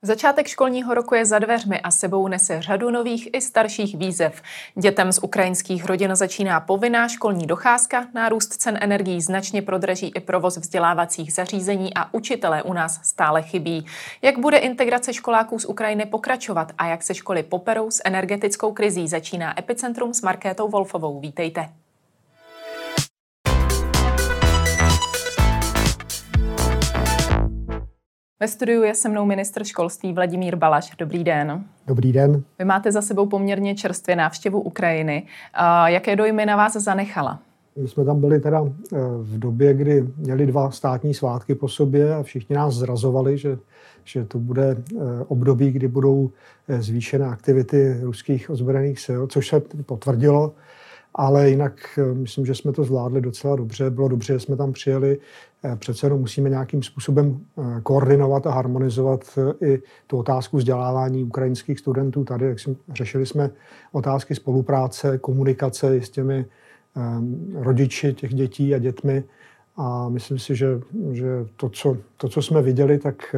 Začátek školního roku je za dveřmi a sebou nese řadu nových i starších výzev. Dětem z ukrajinských rodin začíná povinná školní docházka, nárůst cen energií značně prodraží i provoz vzdělávacích zařízení a učitelé u nás stále chybí. Jak bude integrace školáků z Ukrajiny pokračovat a jak se školy poperou s energetickou krizí, začíná Epicentrum s Markétou Wolfovou. Vítejte. Ve studiu je se mnou ministr školství Vladimír Balaš. Dobrý den. Dobrý den. Vy máte za sebou poměrně čerstvě návštěvu Ukrajiny. Jaké dojmy na vás zanechala? My jsme tam byli teda v době, kdy měli 2 státní svátky po sobě a všichni nás zrazovali, že to bude období, kdy budou zvýšené aktivity ruských ozbrojených sil, což se potvrdilo. Ale jinak myslím, že jsme to zvládli docela dobře. Bylo dobře, že jsme tam přijeli. Přece jenom musíme nějakým způsobem koordinovat a harmonizovat i tu otázku vzdělávání ukrajinských studentů tady. Jak řešili jsme otázky spolupráce, komunikace s těmi rodiči těch dětí a dětmi. A myslím si, že to, co jsme viděli, tak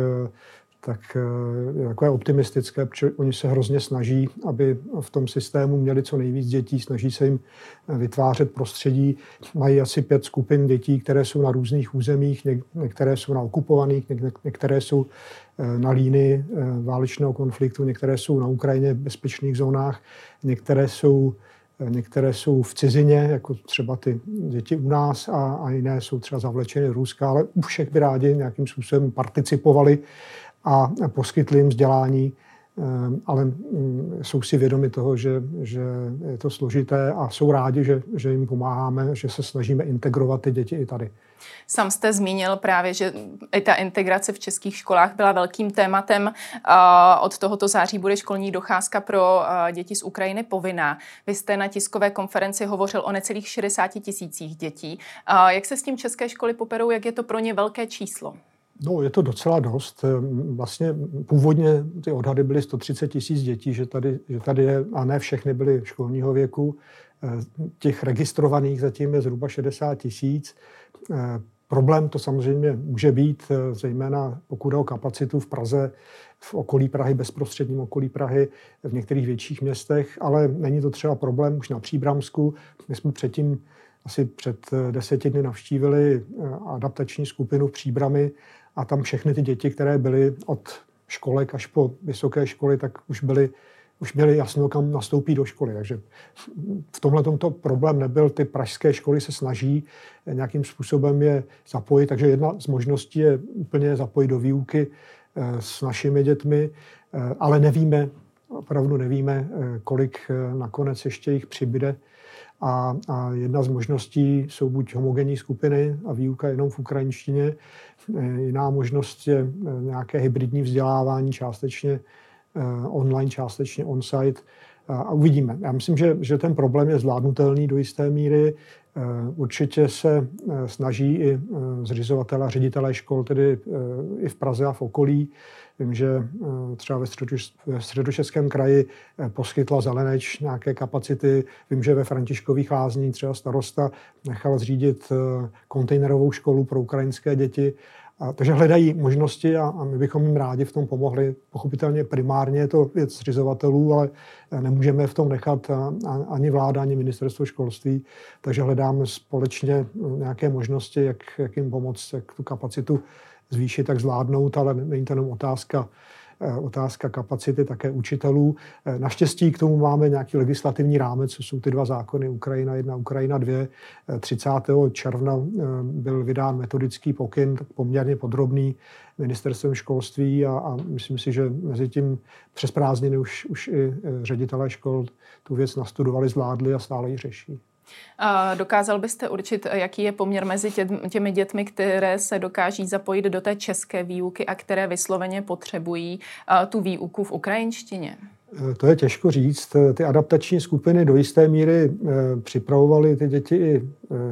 je takové optimistické, protože oni se hrozně snaží, aby v tom systému měli co nejvíc dětí, snaží se jim vytvářet prostředí. Mají asi 5 skupin dětí, které jsou na různých územích, některé jsou na okupovaných, některé jsou na línii válečného konfliktu, některé jsou na Ukrajině v bezpečných zónách, některé jsou v cizině, jako třeba ty děti u nás a jiné jsou třeba zavlečeny do Ruska, ale u všech by rádi nějakým způsobem participovali a poskytli jim vzdělání, ale jsou si vědomi toho, že je to složité a jsou rádi, že jim pomáháme, že se snažíme integrovat ty děti i tady. Sám jste zmínil právě, že i ta integrace v českých školách byla velkým tématem. Od tohoto září bude školní docházka pro děti z Ukrajiny povinná. Vy jste na tiskové konferenci hovořil o necelých 60 000 dětí. Jak se s tím české školy poperou, jak je to pro ně velké číslo? No, je to docela dost. Vlastně původně ty odhady byly 130 000 dětí, že tady je, a ne všechny byly školního věku. Těch registrovaných zatím je zhruba 60 000. Problém to samozřejmě může být, zejména pokud jde o kapacitu v Praze, v okolí Prahy, bezprostředním okolí Prahy, v některých větších městech, ale není to třeba problém už na Příbramsku. My jsme asi před 10 dny navštívili adaptační skupinu v Příbrami a tam všechny ty děti, které byly od školek až po vysoké školy, tak už měli jasno, kam nastoupí do školy. Takže v tomhle tomto problém nebyl. Ty pražské školy se snaží nějakým způsobem je zapojit, takže jedna z možností je úplně zapojit do výuky s našimi dětmi, ale opravdu nevíme, kolik nakonec ještě jich přibyde. A jedna z možností jsou buď homogenní skupiny a výuka jenom v ukrajinštině, jiná možnost je nějaké hybridní vzdělávání, částečně online, částečně on-site a uvidíme. Já myslím, že ten problém je zvládnutelný do jisté míry. Určitě se snaží i zřizovatelé a ředitelé škol, tedy i v Praze a v okolí. Vím, že třeba ve Středočeském kraji poskytla Zeleneč nějaké kapacity. Vím, že ve Františkových Lázních třeba starosta nechal zřídit kontejnerovou školu pro ukrajinské děti. Takže hledají možnosti a my bychom jim rádi v tom pomohli. Pochopitelně primárně je to věc zřizovatelů, ale nemůžeme v tom nechat ani vláda, ani ministerstvo školství. Takže hledáme společně nějaké možnosti, jak jim pomoct, jak tu kapacitu zvýšit, tak zvládnout, ale není to jenom otázka kapacity, také učitelů. Naštěstí k tomu máme nějaký legislativní rámec, co jsou ty 2 zákony, Ukrajina 1, Ukrajina 2. 30. června byl vydán metodický pokyn, poměrně podrobný ministerstvem školství a myslím si, že mezi tím přes prázdniny už i ředitelé škol tu věc nastudovali, zvládli a stále ji řeší. Dokázal byste určit, jaký je poměr mezi těmi dětmi, které se dokáží zapojit do té české výuky a které vysloveně potřebují tu výuku v ukrajinštině? To je těžko říct. Ty adaptační skupiny do jisté míry připravovaly ty děti i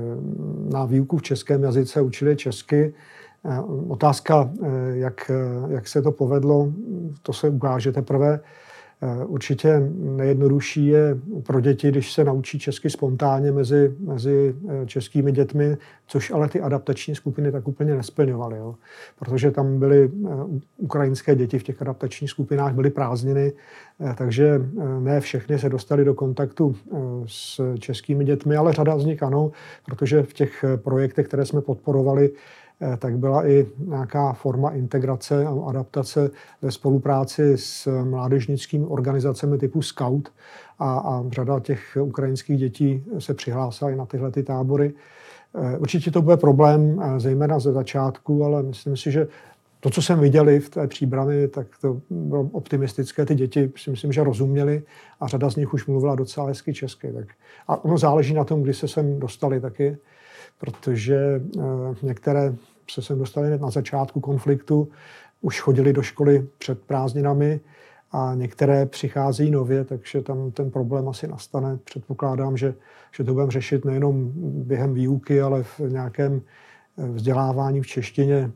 na výuku v českém jazyce, učili česky. Otázka, jak se to povedlo, to se ukáže teprve. Určitě nejjednodušší je pro děti, když se naučí česky spontánně mezi českými dětmi, což ale ty adaptační skupiny tak úplně nesplňovaly. Jo. Protože tam byly ukrajinské děti v těch adaptačních skupinách, byly prázdniny, takže ne všechny se dostali do kontaktu s českými dětmi, ale řada z nich ano, protože v těch projektech, které jsme podporovali, tak byla i nějaká forma integrace a adaptace ve spolupráci s mládežnickými organizacemi typu Scout a řada těch ukrajinských dětí se přihlásila i na tyhle tábory. Určitě to bude problém, zejména ze začátku, ale myslím si, že to, co jsem viděli v té Příbrami, tak to bylo optimistické. Ty děti si myslím, že rozuměli a řada z nich už mluvila docela hezky česky. Tak. A ono záleží na tom, kdy se sem dostali taky, protože některé se sem dostali na začátku konfliktu, už chodili do školy před prázdninami a některé přicházejí nově, takže tam ten problém asi nastane. Předpokládám, že to budeme řešit nejenom během výuky, ale v nějakém vzdělávání v češtině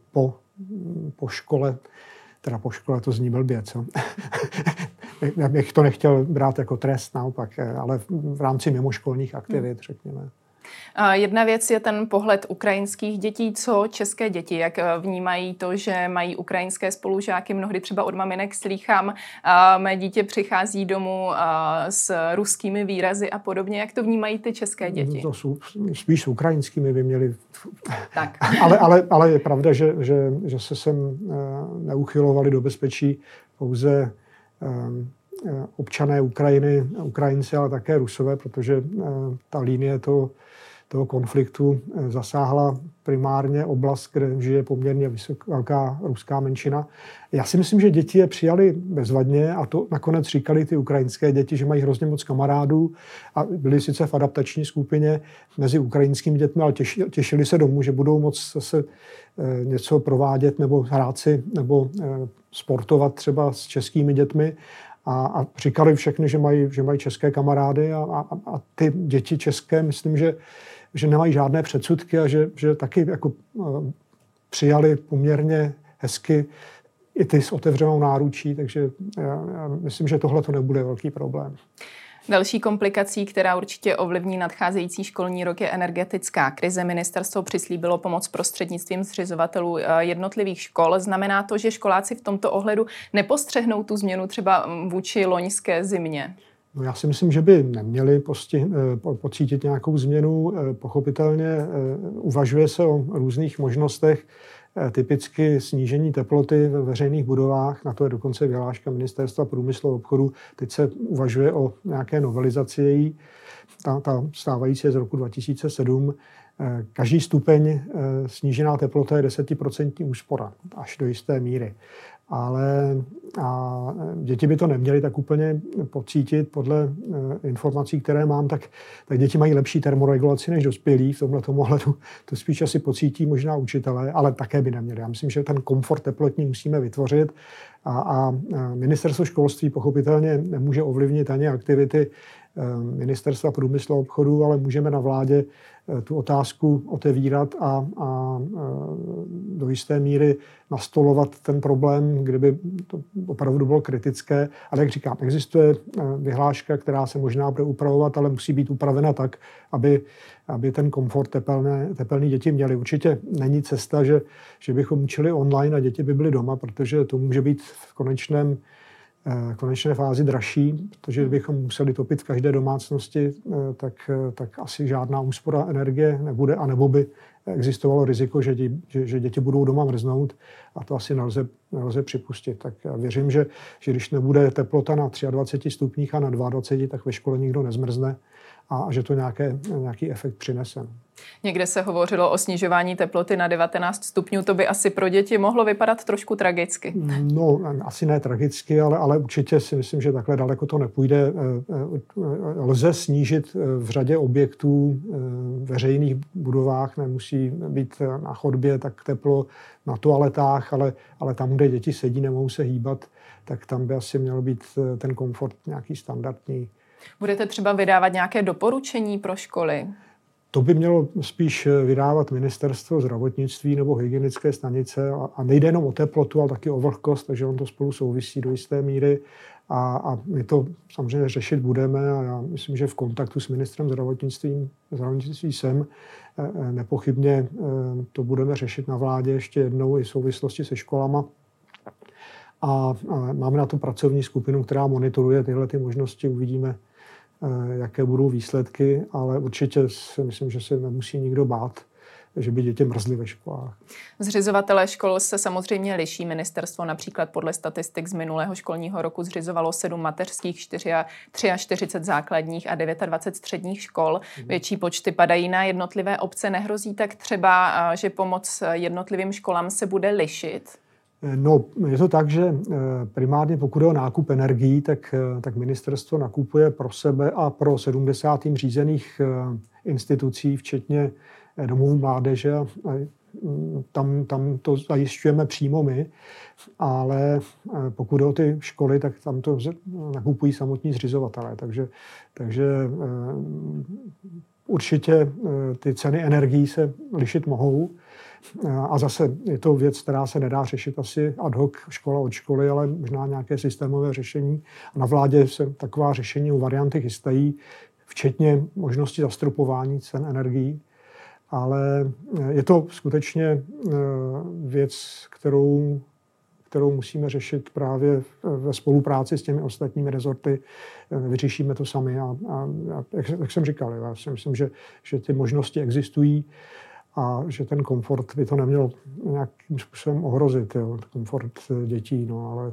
po škole. Teda po škole to zní blbě, co? Já bych to nechtěl brát jako trest naopak, ale v rámci mimoškolních aktivit, řekněme. Jedna věc je ten pohled ukrajinských dětí, co české děti, jak vnímají to, že mají ukrajinské spolužáky. Mnohdy třeba od maminek slýchám, mé dítě přichází domů s ruskými výrazy a podobně. Jak to vnímají ty české děti? To jsou spíš s ukrajinskými by měli. Tak. ale je pravda, že se sem neuchylovali do bezpečí pouze občané Ukrajiny, Ukrajinci, ale také Rusové, protože ta linie toho konfliktu zasáhla primárně oblast, kde žije poměrně velká ruská menšina. Já si myslím, že děti je přijali bezvadně a to nakonec říkali ty ukrajinské děti, že mají hrozně moc kamarádů a byli sice v adaptační skupině mezi ukrajinskými dětmi, ale těšili se domů, že budou moct zase něco provádět nebo hrát si nebo sportovat třeba s českými dětmi. A říkali všechny, že mají české kamarády a ty děti české, myslím, že nemají žádné předsudky a že taky jako přijali poměrně hezky i ty s otevřenou náručí, takže já myslím, že tohle to nebude velký problém. Další komplikací, která určitě ovlivní nadcházející školní rok, je energetická krize. Ministerstvo přislíbilo pomoc prostřednictvím zřizovatelů jednotlivých škol. Znamená to, že školáci v tomto ohledu nepostřehnou tu změnu třeba vůči loňské zimě? No já si myslím, že by neměli pocítit nějakou změnu. Pochopitelně uvažuje se o různých možnostech, typicky snížení teploty ve veřejných budovách, na to je dokonce vyhláška Ministerstva průmyslu a obchodu. Teď se uvažuje o nějaké novelizaci její, ta stávající je z roku 2007. Každý stupeň snížená teplota je 10% úspora, až do jisté míry. Ale děti by to neměly tak úplně pocítit. Podle informací, které mám, tak děti mají lepší termoregulaci než dospělí. V tomto ohledu to spíš asi pocítí možná učitelé, ale také by neměli. Já myslím, že ten komfort teplotní musíme vytvořit a Ministerstvo školství pochopitelně nemůže ovlivnit ani aktivity Ministerstva průmyslu a obchodu, ale můžeme na vládě tu otázku otevírat a do jisté míry nastolovat ten problém, kdyby to opravdu bylo kritické. Ale jak říkám, existuje vyhláška, která se možná bude upravovat, ale musí být upravena tak, aby ten komfort tepelný děti měly. Určitě není cesta, že bychom učili online a děti by byly doma, protože to může být v konečné fázi dražší, protože kdybychom museli topit v každé domácnosti, tak asi žádná úspora energie nebude, anebo by existovalo riziko, že děti budou doma mrznout a to asi nelze připustit. Tak já věřím, že když nebude teplota na 23 stupních a na 22, tak ve škole nikdo nezmrzne a že to nějaký efekt přinese. Někde se hovořilo o snižování teploty na 19 stupňů. To by asi pro děti mohlo vypadat trošku tragicky. No, asi ne tragicky, ale určitě si myslím, že takhle daleko to nepůjde. Lze snížit v řadě objektů veřejných budovách, nemusí být na chodbě tak teplo, na toaletách, ale tam, kde děti sedí, nemohou se hýbat, tak tam by asi měl být ten komfort nějaký standardní. Budete třeba vydávat nějaké doporučení pro školy? To by mělo spíš vydávat Ministerstvo zdravotnictví nebo hygienické stanice a nejde jenom o teplotu, ale taky o vlhkost, takže on to spolu souvisí do jisté míry. A my to samozřejmě řešit budeme a já myslím, že v kontaktu s ministrem zdravotnictví jsem nepochybně to budeme řešit na vládě ještě jednou i v souvislosti se školama. A máme na to pracovní skupinu, která monitoruje tyhle ty možnosti. Uvidíme, jaké budou výsledky, ale určitě si myslím, že se nemusí nikdo bát, že by děti mrzly ve školách. Zřizovatelé škol se samozřejmě liší. Ministerstvo například podle statistik z minulého školního roku zřizovalo 7 mateřských, 43 základních a 29 středních škol. Větší počty padají na jednotlivé obce. Nehrozí tak třeba, že pomoc jednotlivým školám se bude lišit? No, je to tak, že primárně pokud je o nákup energií, tak ministerstvo nakupuje pro sebe a pro 70 řízených institucí, včetně domovů mládeže. Tam to zajišťujeme přímo my, ale pokud jde o ty školy, tak tam to nakupují samotní zřizovatelé. Takže určitě ty ceny energií se lišit mohou. A zase je to věc, která se nedá řešit asi ad hoc škola od školy, ale možná nějaké systémové řešení. A na vládě se taková řešení u varianty chystají, včetně možnosti zastropování cen energií. Ale je to skutečně věc, kterou musíme řešit právě ve spolupráci s těmi ostatními rezorty. Vyřešíme to sami. A jak jsem říkal, já si myslím, že ty možnosti existují a že ten komfort by to neměl nějakým způsobem ohrozit, komfort dětí. No, ale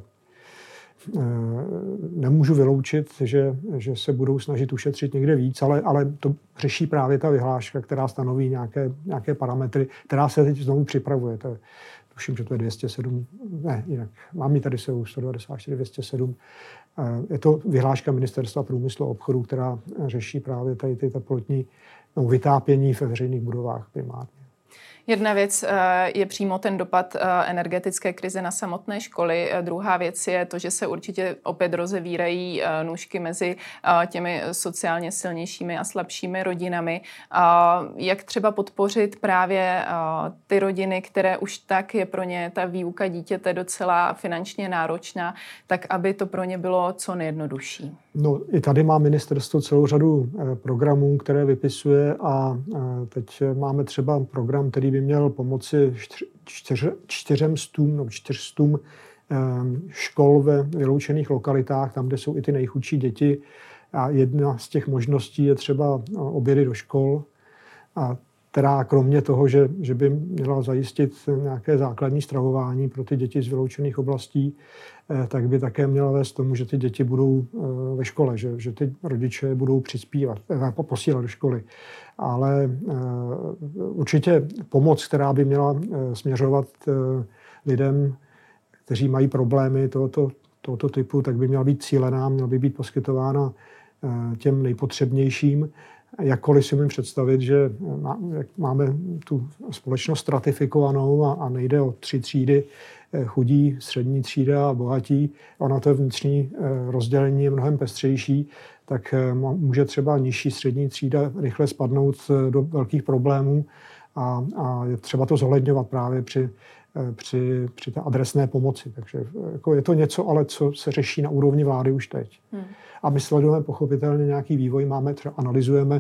nemůžu vyloučit, že se budou snažit ušetřit někde víc, ale to řeší právě ta vyhláška, která stanoví nějaké parametry, která se teď znovu připravuje. Tuším, že to je 207, ne, jinak. Mám ji tady 194, 207. Je to vyhláška Ministerstva průmyslu a obchodu, která řeší právě tady ty teplotní vytápění ve veřejných budovách primárně. Jedna věc je přímo ten dopad energetické krize na samotné školy. Druhá věc je to, že se určitě opět rozevírají nůžky mezi těmi sociálně silnějšími a slabšími rodinami. Jak třeba podpořit právě ty rodiny, které už tak je pro ně ta výuka dítěte docela finančně náročná, tak aby to pro ně bylo co nejjednodušší? No, i tady má ministerstvo celou řadu programů, které vypisuje a teď máme třeba program, který by měl pomoci 400 škol ve vyloučených lokalitách, tam, kde jsou i ty nejchudší děti. A jedna z těch možností je třeba obědy do škol, a která kromě toho, že by měla zajistit nějaké základní stravování pro ty děti z vyloučených oblastí, tak by také měla vést tomu, že ty děti budou ve škole, že ty rodiče budou posílat do školy. Ale určitě pomoc, která by měla směřovat lidem, kteří mají problémy tohoto typu, tak by měla být cílená, měla by být poskytována těm nejpotřebnějším. Jakkoliv si umím představit, že máme tu společnost stratifikovanou a nejde o 3 třídy, chudí, střední třída a bohatí, ono to vnitřní rozdělení je mnohem pestřejší, tak může třeba nižší střední třída rychle spadnout do velkých problémů a je třeba to zohledňovat právě při té adresné pomoci. Takže jako je to něco, ale co se řeší na úrovni vlády už teď. A my sledujeme pochopitelně nějaký vývoj, analyzujeme,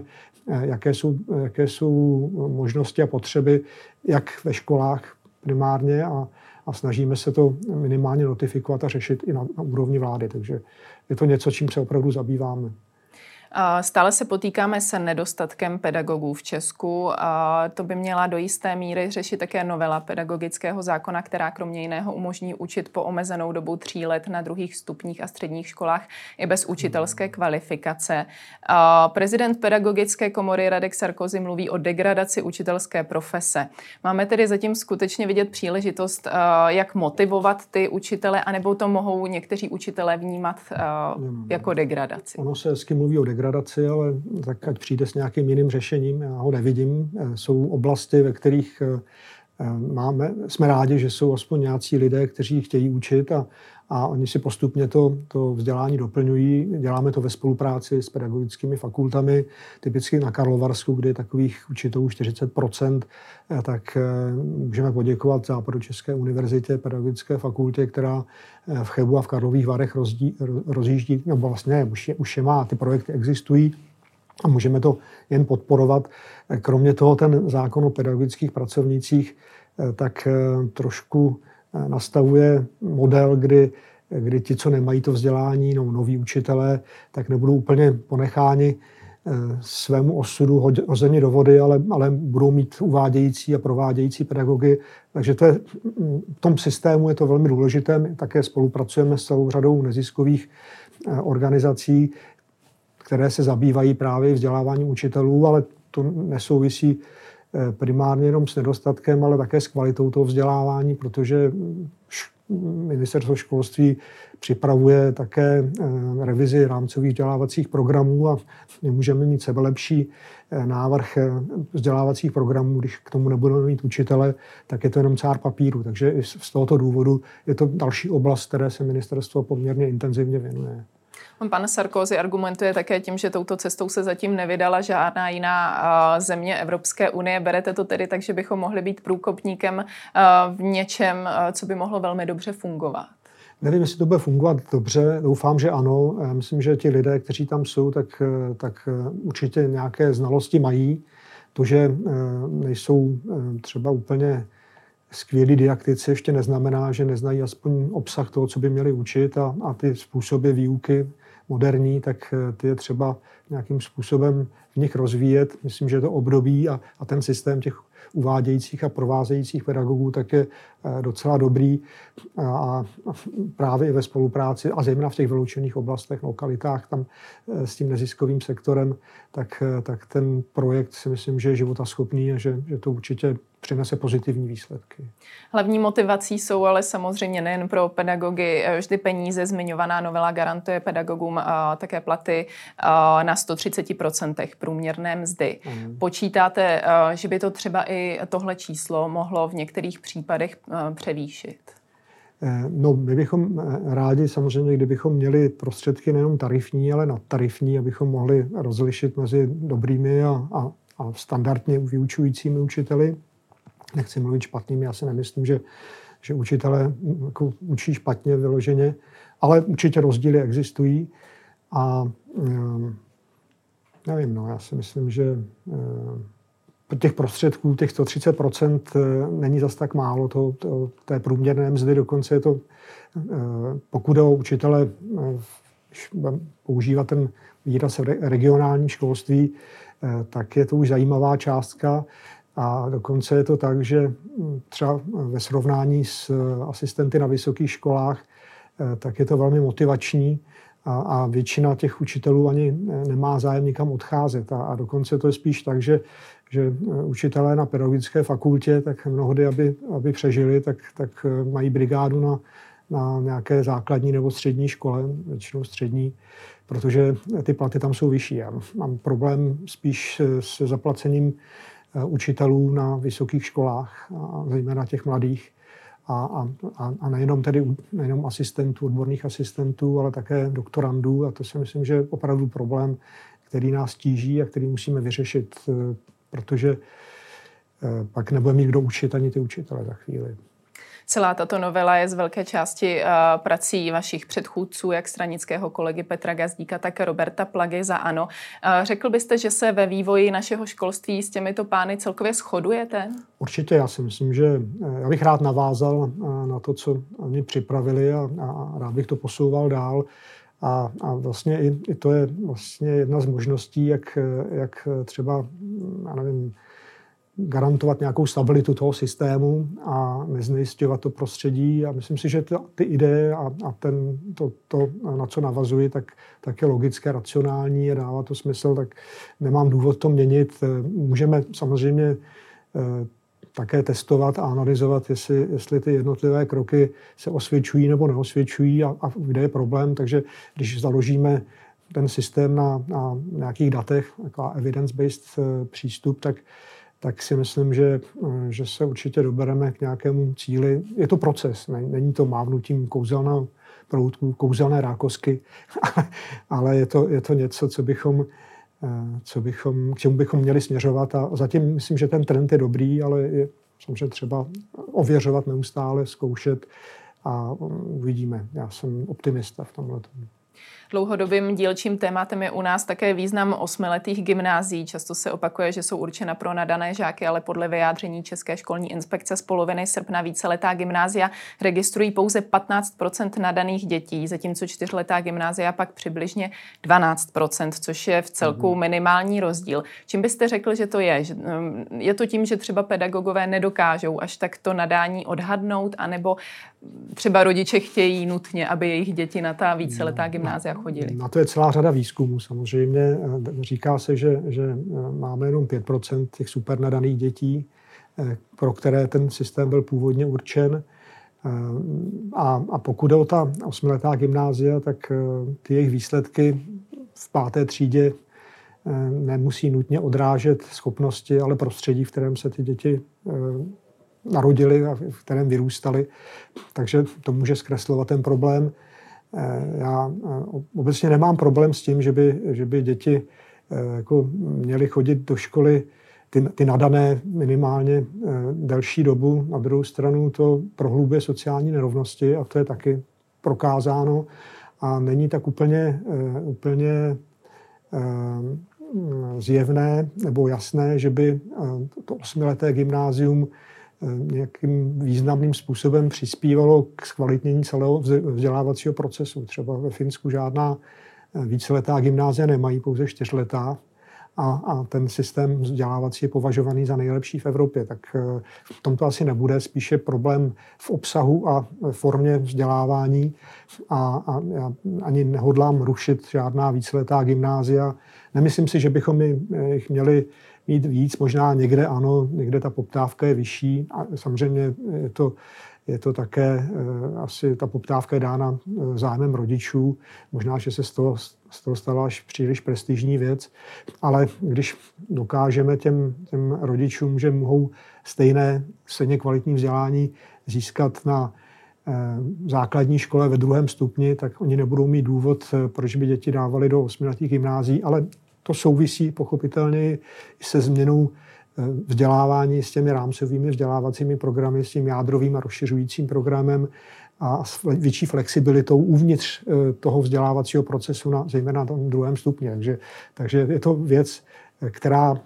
jaké jsou možnosti a potřeby, jak ve školách primárně a snažíme se to minimálně notifikovat a řešit i na úrovni vlády. Takže je to něco, čím se opravdu zabýváme. Stále se potýkáme se nedostatkem pedagogů v Česku. To by měla do jisté míry řešit také novela pedagogického zákona, která kromě jiného umožní učit po omezenou dobu 3 let na 2. stupních a středních školách i bez učitelské kvalifikace. Prezident pedagogické komory Radek Sarkozy mluví o degradaci učitelské profese. Máme tedy zatím skutečně vidět příležitost, jak motivovat ty učitele, anebo to mohou někteří učitelé vnímat jako degradaci? Ono se hezky mluví o degradaci, ale tak ať přijde s nějakým jiným řešením, já ho nevidím. Jsou oblasti, ve kterých jsme rádi, že jsou aspoň nějací lidé, kteří chtějí učit a oni si postupně to vzdělání doplňují. Děláme to ve spolupráci s pedagogickými fakultami, typicky na Karlovarsku, kde je takových učitelů 40%, tak můžeme poděkovat Západočeské univerzitě, pedagogické fakultě, která v Chebu a v Karlových Varech rozjíždí, nebo vlastně už je má, ty projekty existují a můžeme to jen podporovat. Kromě toho ten zákon o pedagogických pracovnících tak trošku nastavuje model, kdy ti, co nemají to vzdělání, noví učitelé, tak nebudou úplně ponecháni svému osudu hozeni do vody, ale budou mít uvádějící a provádějící pedagogy. Takže to je, v tom systému je to velmi důležité. My také spolupracujeme s celou řadou neziskových organizací, které se zabývají právě vzděláváním učitelů, ale to nesouvisí primárně jenom s nedostatkem, ale také s kvalitou toho vzdělávání, protože Ministerstvo školství připravuje také revizi rámcových vzdělávacích programů a my můžeme mít sebelepší návrh vzdělávacích programů, když k tomu nebudeme mít učitele, tak je to jenom cár papíru. Takže i z tohoto důvodu je to další oblast, které se ministerstvo poměrně intenzivně věnuje. Pan Sarkozy argumentuje také tím, že touto cestou se zatím nevydala žádná jiná země Evropské unie. Berete to tedy tak, že bychom mohli být průkopníkem v něčem, co by mohlo velmi dobře fungovat? Nevím, jestli to bude fungovat dobře, doufám, že ano. Já myslím, že ti lidé, kteří tam jsou, tak určitě nějaké znalosti mají. To, že nejsou třeba úplně skvělí didaktici, ještě neznamená, že neznají aspoň obsah toho, co by měli učit a ty způsoby výuky moderní, tak ty je třeba nějakým způsobem v nich rozvíjet. Myslím, že to období a ten systém těch uvádějících a provázejících pedagogů tak je docela dobrý a právě i ve spolupráci a zejména v těch vyloučených oblastech, lokalitách tam s tím neziskovým sektorem, tak ten projekt si myslím, že je životaschopný a že to určitě přinese pozitivní výsledky. Hlavní motivací jsou ale samozřejmě nejen pro pedagogy vždy peníze. Zmiňovaná novela garantuje pedagogům také platy na 130% průměrné mzdy. Počítáte, že by to třeba i tohle číslo mohlo v některých případech převýšit? No, my bychom rádi samozřejmě, kdybychom měli prostředky nejenom tarifní, ale nadtarifní, abychom mohli rozlišit mezi dobrými a standardně vyučujícími učiteli. Nechci mluvit špatnými, já si nemyslím, že učitelé jako učí špatně vyloženě, ale určitě rozdíly existují a nevím, já si myslím, že těch prostředků, těch 130% není zas tak málo té průměrné mzdy, dokonce je to, pokud o učitele používat ten výraz regionální školství, tak je to už zajímavá částka. A dokonce je to tak, že třeba ve srovnání s asistenty na vysokých školách, tak je to velmi motivační a většina těch učitelů ani nemá zájem nikam odcházet. A dokonce to je spíš tak, že učitelé na pedagogické fakultě, tak mnohdy, aby přežili, tak mají brigádu na nějaké základní nebo střední škole, většinou střední, protože ty platy tam jsou vyšší. Já mám problém spíš se zaplacením učitelů na vysokých školách, a zejména těch mladých. A nejenom asistentů, odborných asistentů, ale také doktorandů. A to si myslím, že je opravdu problém, který nás tíží a který musíme vyřešit, protože pak nebude mít kdo učit ani ty učitele za chvíli. Celá tato novela je z velké části prací vašich předchůdců, jak stranického kolegy Petra Gazdíka, tak Roberta Plagy za ANO. Řekl byste, že se ve vývoji našeho školství s těmito pány celkově shodujete? Určitě, já si myslím, že já bych rád navázal na to, co oni připravili a rád bych to posouval dál. A vlastně i to je vlastně jedna z možností, jak třeba, já nevím, garantovat nějakou stabilitu toho systému a neznejisťovat to prostředí. A myslím si, že ty ideje a to, na co navazuji, tak je logické, racionální a dává to smysl, tak nemám důvod to měnit. Můžeme samozřejmě také testovat a analyzovat, jestli ty jednotlivé kroky se osvědčují nebo neosvědčují a kde je problém. Takže když založíme ten systém na nějakých datech, taková evidence-based přístup, tak si myslím, že se určitě dobereme k nějakému cíli. Je to proces, není to mávnutím kouzelného proutků, kouzelné rákosky, ale je to něco, k čemu bychom měli směřovat a zatím myslím, že ten trend je dobrý, ale je samozřejmě třeba ověřovat neustále, zkoušet a uvidíme. Já jsem optimista v tomhle. Dlouhodobým dílčím tématem je u nás také význam 8letých gymnázií. Často se opakuje, že jsou určena pro nadané žáky, ale podle vyjádření České školní inspekce z poloviny srpna víceletá gymnázia registrují pouze 15% nadaných dětí, zatímco 4letá gymnázia pak přibližně 12%, což je v celku minimální rozdíl. Čím byste řekl, že to je? Je to tím, že třeba pedagogové nedokážou až tak to nadání odhadnout, anebo třeba rodiče chtějí nutně, aby jejich děti na ta víceletá gymnázia chodili? Na to je celá řada výzkumů. Samozřejmě říká se, že máme jenom 5% těch super nadaných dětí, pro které ten systém byl původně určen. A pokud jde o ta 8letá gymnázia, tak ty jejich výsledky v 5. třídě nemusí nutně odrážet schopnosti, ale prostředí, v kterém se ty děti narodili a v kterém vyrůstali. Takže to může zkreslovat ten problém. Já obecně nemám problém s tím, že by děti jako měly chodit do školy ty nadané minimálně delší dobu. Na druhou stranu to prohlubuje sociální nerovnosti a to je taky prokázáno. A není tak úplně zjevné nebo jasné, že by to 8leté gymnázium nějakým významným způsobem přispívalo k zkvalitnění celého vzdělávacího procesu. Třeba ve Finsku žádná víceletá gymnázia nemají, pouze 4letá a ten systém vzdělávací je považovaný za nejlepší v Evropě. Tak v tom to asi nebude, spíše problém v obsahu a formě vzdělávání a já ani nehodlám rušit žádná víceletá gymnázia. Nemyslím si, že bychom jich měli mít víc, možná někde ano, někde ta poptávka je vyšší a samozřejmě je to také asi ta poptávka je dána zájmem rodičů, možná, že se z toho stala až příliš prestižní věc, ale když dokážeme těm rodičům, že mohou stejně kvalitní vzdělání získat na základní škole ve 2. stupni, tak oni nebudou mít důvod, proč by děti dávali do 8letých gymnázií, ale to souvisí pochopitelně i se změnou vzdělávání s těmi rámcovými vzdělávacími programy, s tím jádrovým a rozšiřujícím programem a s větší flexibilitou uvnitř toho vzdělávacího procesu, zejména na tom 2. stupni. Takže je to věc, která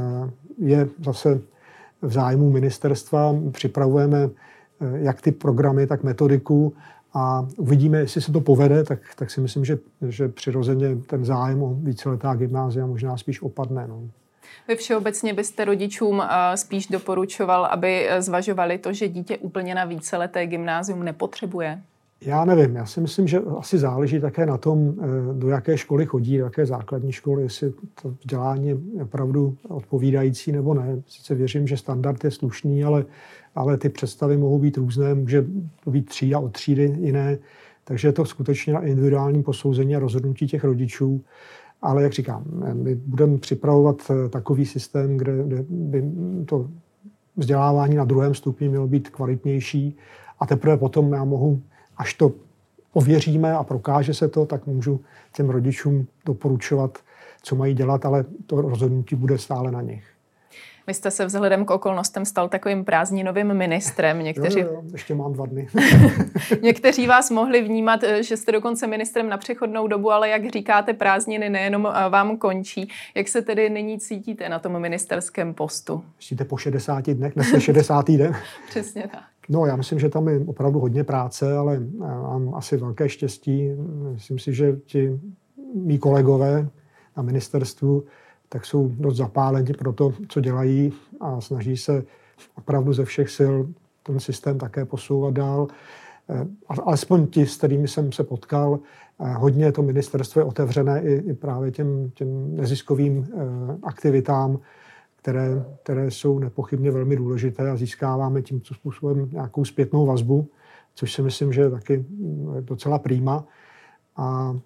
je zase v zájmu ministerstva. Připravujeme jak ty programy, tak metodiku a uvidíme, jestli se to povede, tak si myslím, že přirozeně ten zájem o víceletá gymnázia možná spíš opadne. No. Vy všeobecně byste rodičům spíš doporučoval, aby zvažovali to, že dítě úplně na víceleté gymnázium nepotřebuje? Já nevím. Já si myslím, že asi záleží také na tom, do jaké školy chodí, do jaké základní školy, jestli to vzdělání je opravdu odpovídající nebo ne. Sice věřím, že standard je slušný, ale ty představy mohou být různé, může to být třída od třídy jiné, takže je to skutečně na individuálním posouzení a rozhodnutí těch rodičů. Ale jak říkám, my budeme připravovat takový systém, kde by to vzdělávání na 2. stupni mělo být kvalitnější a teprve potom já mohu, až to ověříme a prokáže se to, tak můžu těm rodičům doporučovat, co mají dělat, ale to rozhodnutí bude stále na nich. Vy jste se vzhledem k okolnostem stal takovým prázdninovým ministrem. Jo, ještě mám 2 dny. Někteří vás mohli vnímat, že jste dokonce ministrem na přechodnou dobu, ale jak říkáte, prázdniny nejenom vám končí. Jak se tedy nyní cítíte na tom ministerském postu? Myslíte po 60 dnech, dnes je 60. den? Přesně tak. No, já myslím, že tam je opravdu hodně práce, ale mám asi velké štěstí. Myslím si, že ti mí kolegové na ministerstvu tak jsou dost zapáleni pro to, co dělají a snaží se opravdu ze všech sil ten systém také posouvat dál. Alespoň ti, s kterými jsem se potkal, hodně to ministerstvo je otevřené i právě těm neziskovým aktivitám, které jsou nepochybně velmi důležité a získáváme tímto způsobem nějakou zpětnou vazbu, což si myslím, že je taky docela prima. A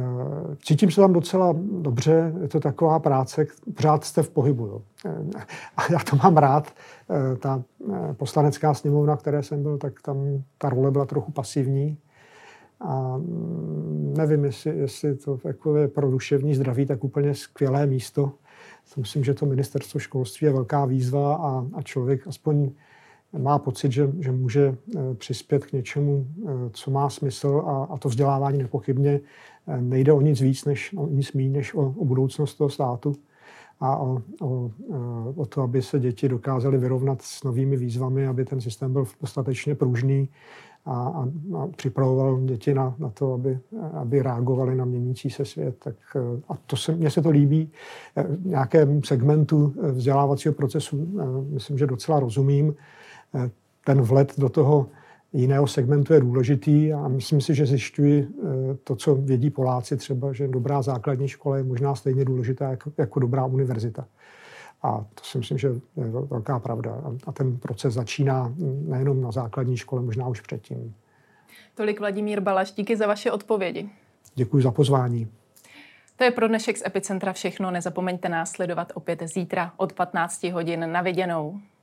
cítím se tam docela dobře, je to taková práce, pořád jste v pohybu. Jo. A já to mám rád. Ta poslanecká sněmovna, které jsem byl, tak tam ta role byla trochu pasivní. A nevím, jestli to jako je pro duševní zdraví tak úplně skvělé místo. Myslím, že to ministerstvo školství je velká výzva a člověk aspoň má pocit, že může přispět k něčemu, co má smysl a to vzdělávání nepochybně nejde o nic víc, nic méně, než o budoucnost toho státu a o to, aby se děti dokázaly vyrovnat s novými výzvami, aby ten systém byl dostatečně pružný a připravoval děti na to, aby reagovali na měnící se svět. Tak, mně se to líbí. Nějakému segmentu vzdělávacího procesu myslím, že docela rozumím. Ten vhled do toho jiného segmentu je důležitý a myslím si, že zjišťuji to, co vědí Poláci třeba, že dobrá základní škola je možná stejně důležitá jako dobrá univerzita. A to si myslím, že je velká pravda. A ten proces začíná nejenom na základní škole, možná už předtím. Tolik Vladimír Balaš, díky za vaše odpovědi. Děkuji za pozvání. To je pro dnešek z Epicentra všechno. Nezapomeňte nás sledovat opět zítra od 15 hodin. Na viděnou.